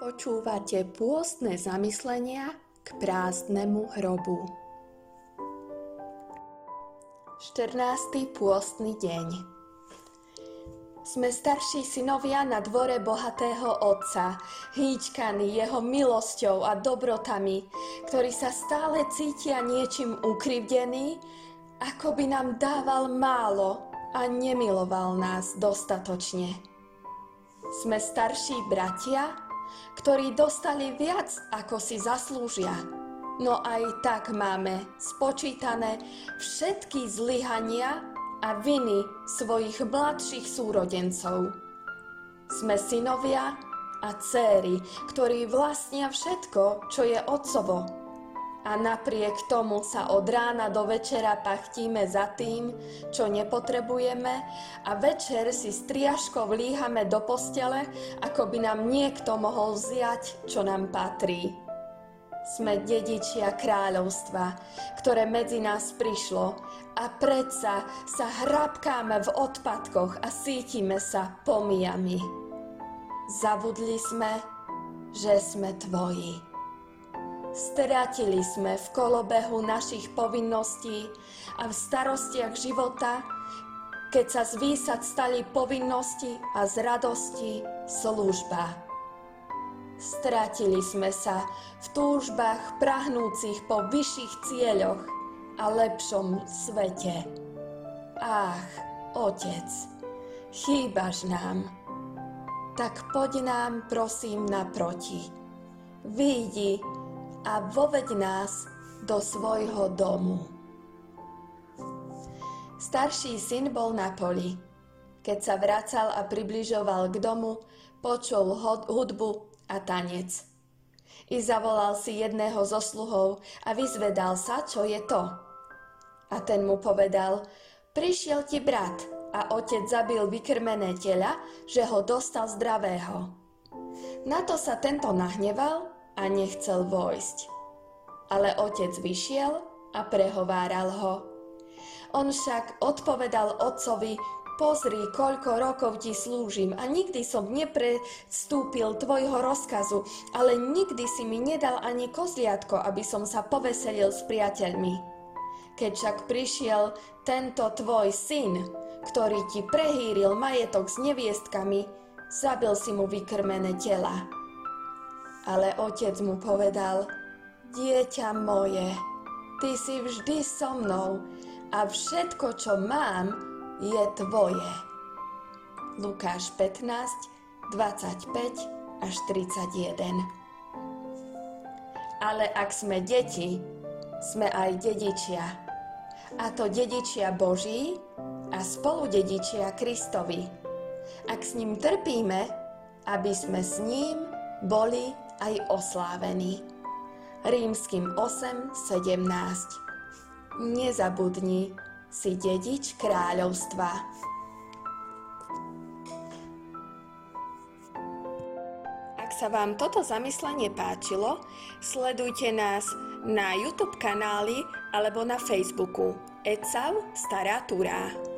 Počúvate pôstne zamyslenia k prázdnemu hrobu. 14. pôstny deň. Sme starší synovia na dvore bohatého otca, hýčkaní jeho milosťou a dobrotami, ktorí sa stále cítia niečím ukrivdení, ako by nám dával málo a nemiloval nás dostatočne. Sme starší bratia, ktorí dostali viac, ako si zaslúžia. No aj tak máme spočítané všetky zlyhania a viny svojich mladších súrodencov. Sme synovia a dcéry, ktorí vlastnia všetko, čo je otcovo. A napriek tomu sa od rána do večera pachtíme za tým, čo nepotrebujeme, a večer si striažko vlíhame do postele, ako by nám niekto mohol vziať, čo nám patrí. Sme dedičia kráľovstva, ktoré medzi nás prišlo, a predsa sa hrabkáme v odpadkoch a sítime sa pomijami. Zabudli sme, že sme tvoji. Stratili sme v kolobehu našich povinností a v starostiach života, keď sa z výsad stali povinnosti a z radosti služba. Stratili sme sa v túžbách prahnúcich po vyšších cieľoch a lepšom svete. Ach, Otec, chýbaš nám. Tak poď nám prosím naproti. Vyjdi a voveď nás do svojho domu. Starší syn bol na poli. Keď sa vracal a približoval k domu, počul hudbu a tanec. I zavolal si jedného zo sluhov a vyzvedal sa, čo je to. A ten mu povedal: prišiel ti brat a otec zabil vykrmené tela, že ho dostal zdravého. Na to sa tento nahneval a nechcel vojsť. Ale otec vyšiel a prehováral ho. On však odpovedal otcovi: pozri, koľko rokov ti slúžim a nikdy som nepredstúpil tvojho rozkazu, ale nikdy si mi nedal ani kozliatko, aby som sa poveselil s priateľmi. Keď však prišiel tento tvoj syn, ktorý ti prehýril majetok s neviestkami, zabil si mu vykrmené tela. Ale otec mu povedal: dieťa moje, ty si vždy so mnou a všetko, čo mám, je tvoje. Lukáš 15, 25 až 31. Ale ak sme deti, sme aj dedičia. A to dedičia Boží a spoludedičia Kristovi. Ak s ním trpíme, aby sme s ním boli aj oslávení. Rímskym 8:17. Nezabudni, si dedič kráľovstva. Ak sa vám toto zamyslenie páčilo, sledujte nás na YouTube kanáli alebo na Facebooku. Ecav Stará Turá.